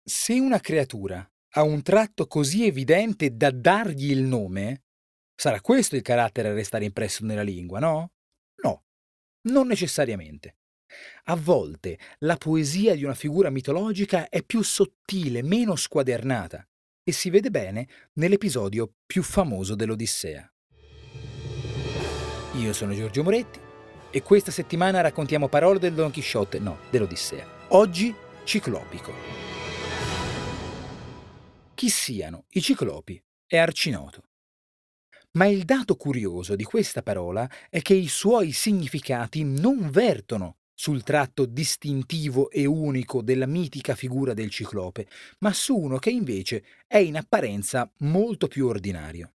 Se una creatura ha un tratto così evidente da dargli il nome, sarà questo il carattere a restare impresso nella lingua, no? No, non necessariamente. A volte la poesia di una figura mitologica è più sottile, meno squadernata, e si vede bene nell'episodio più famoso dell'Odissea. Io sono Giorgio Moretti e questa settimana raccontiamo parole del Don Chisciotte, no, dell'Odissea. Oggi Ciclopico. Chi siano i ciclopi è arcinoto. Ma il dato curioso di questa parola è che i suoi significati non vertono sul tratto distintivo e unico della mitica figura del ciclope, ma su uno che invece è in apparenza molto più ordinario.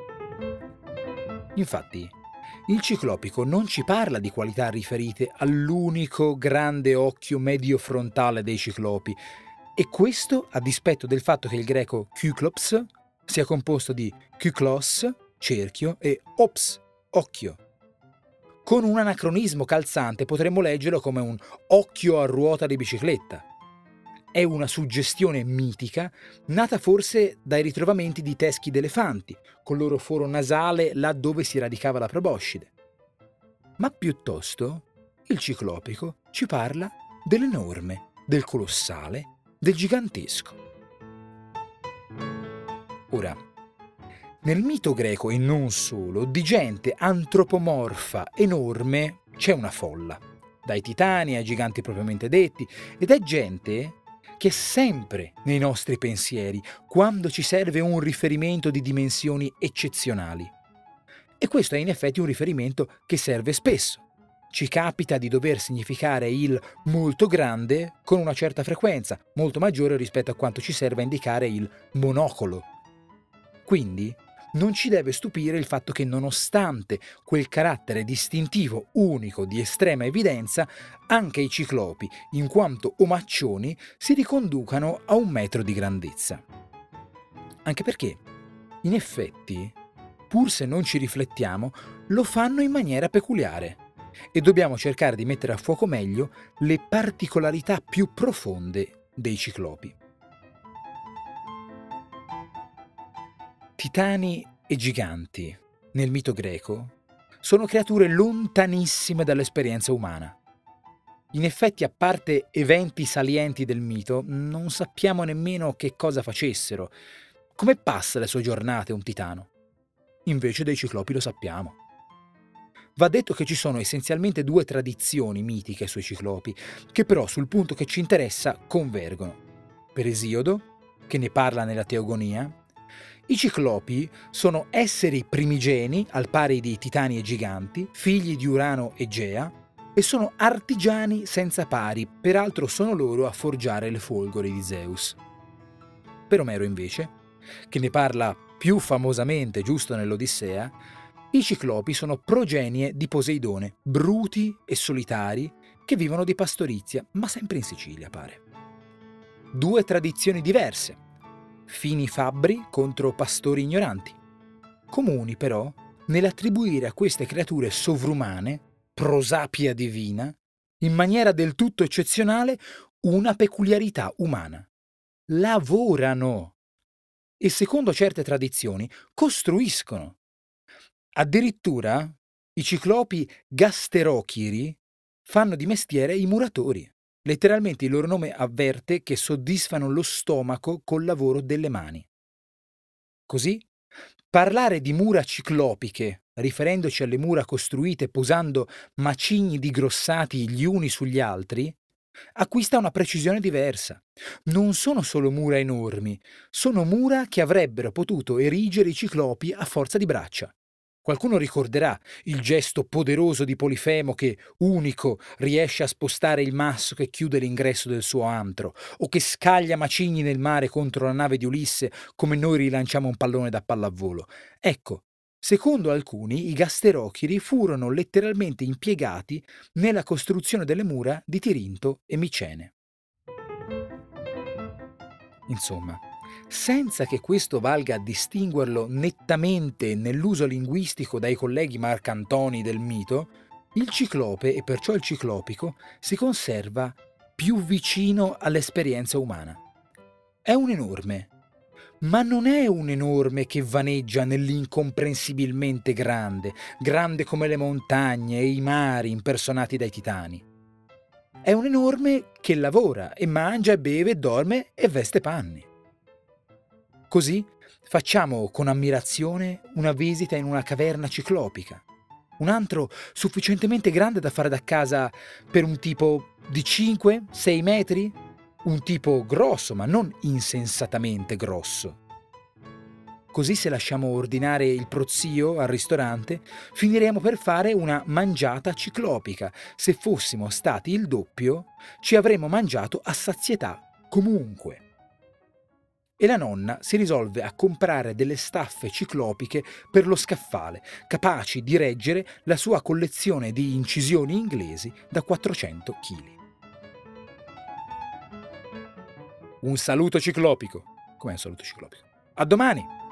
Infatti, il ciclopico non ci parla di qualità riferite all'unico grande occhio medio-frontale dei ciclopi, e questo a dispetto del fatto che il greco kyklops sia composto di kyklos, cerchio, e ops, occhio. Con un anacronismo calzante potremmo leggerlo come un occhio a ruota di bicicletta. È una suggestione mitica, nata forse dai ritrovamenti di teschi d'elefanti, col loro foro nasale là dove si radicava la proboscide. Ma piuttosto il ciclopico ci parla dell'enorme, del colossale, del gigantesco. Ora, nel mito greco e non solo, di gente antropomorfa enorme c'è una folla, dai titani ai giganti propriamente detti, ed è gente che è sempre nei nostri pensieri quando ci serve un riferimento di dimensioni eccezionali. E questo è in effetti un riferimento che serve spesso. Ci capita di dover significare il molto grande con una certa frequenza, molto maggiore rispetto a quanto ci serve a indicare il monocolo. Quindi non ci deve stupire il fatto che nonostante quel carattere distintivo unico di estrema evidenza, anche i ciclopi, in quanto omaccioni, si riconducano a 1 metro di grandezza. Anche perché, in effetti, pur se non ci riflettiamo, lo fanno in maniera peculiare e dobbiamo cercare di mettere a fuoco meglio le particolarità più profonde dei ciclopi. Titani e giganti, nel mito greco, sono creature lontanissime dall'esperienza umana. In effetti, a parte eventi salienti del mito, non sappiamo nemmeno che cosa facessero. Come passa le sue giornate un titano? Invece dei ciclopi lo sappiamo. Va detto che ci sono essenzialmente 2 tradizioni mitiche sui ciclopi, che però sul punto che ci interessa convergono. Per Esiodo, che ne parla nella Teogonia, i ciclopi sono esseri primigeni, al pari di titani e giganti, figli di Urano e Gea, e sono artigiani senza pari, peraltro sono loro a forgiare le folgori di Zeus. Per Omero invece, che ne parla più famosamente giusto nell'Odissea, i ciclopi sono progenie di Poseidone, bruti e solitari, che vivono di pastorizia, ma sempre in Sicilia, pare. 2 tradizioni diverse, fini fabbri contro pastori ignoranti, comuni però nell'attribuire a queste creature sovrumane, prosapia divina, in maniera del tutto eccezionale, una peculiarità umana. Lavorano e, secondo certe tradizioni, costruiscono. Addirittura i ciclopi gasterochiri fanno di mestiere i muratori. Letteralmente il loro nome avverte che soddisfano lo stomaco col lavoro delle mani. Così, parlare di mura ciclopiche, riferendoci alle mura costruite posando macigni digrossati gli uni sugli altri, acquista una precisione diversa. Non sono solo mura enormi, sono mura che avrebbero potuto erigere i ciclopi a forza di braccia. Qualcuno ricorderà il gesto poderoso di Polifemo che, unico, riesce a spostare il masso che chiude l'ingresso del suo antro, o che scaglia macigni nel mare contro la nave di Ulisse come noi rilanciamo un pallone da pallavolo. Ecco, secondo alcuni i gasterochiri furono letteralmente impiegati nella costruzione delle mura di Tirinto e Micene. Insomma, senza che questo valga a distinguerlo nettamente nell'uso linguistico dai colleghi marcantoni del mito, il ciclope, e perciò il ciclopico, si conserva più vicino all'esperienza umana. È un enorme, ma non è un enorme che vaneggia nell'incomprensibilmente grande, grande come le montagne e i mari impersonati dai titani. È un enorme che lavora e mangia e beve e dorme e veste panni. Così facciamo con ammirazione una visita in una caverna ciclopica, un antro sufficientemente grande da fare da casa per un tipo di 5-6 metri, un tipo grosso ma non insensatamente grosso. Così se lasciamo ordinare il prozio al ristorante, finiremo per fare una mangiata ciclopica. Se fossimo stati il doppio, ci avremmo mangiato a sazietà comunque. E la nonna si risolve a comprare delle staffe ciclopiche per lo scaffale, capaci di reggere la sua collezione di incisioni inglesi da 400 kg. Un saluto ciclopico. Com'è un saluto ciclopico? A domani!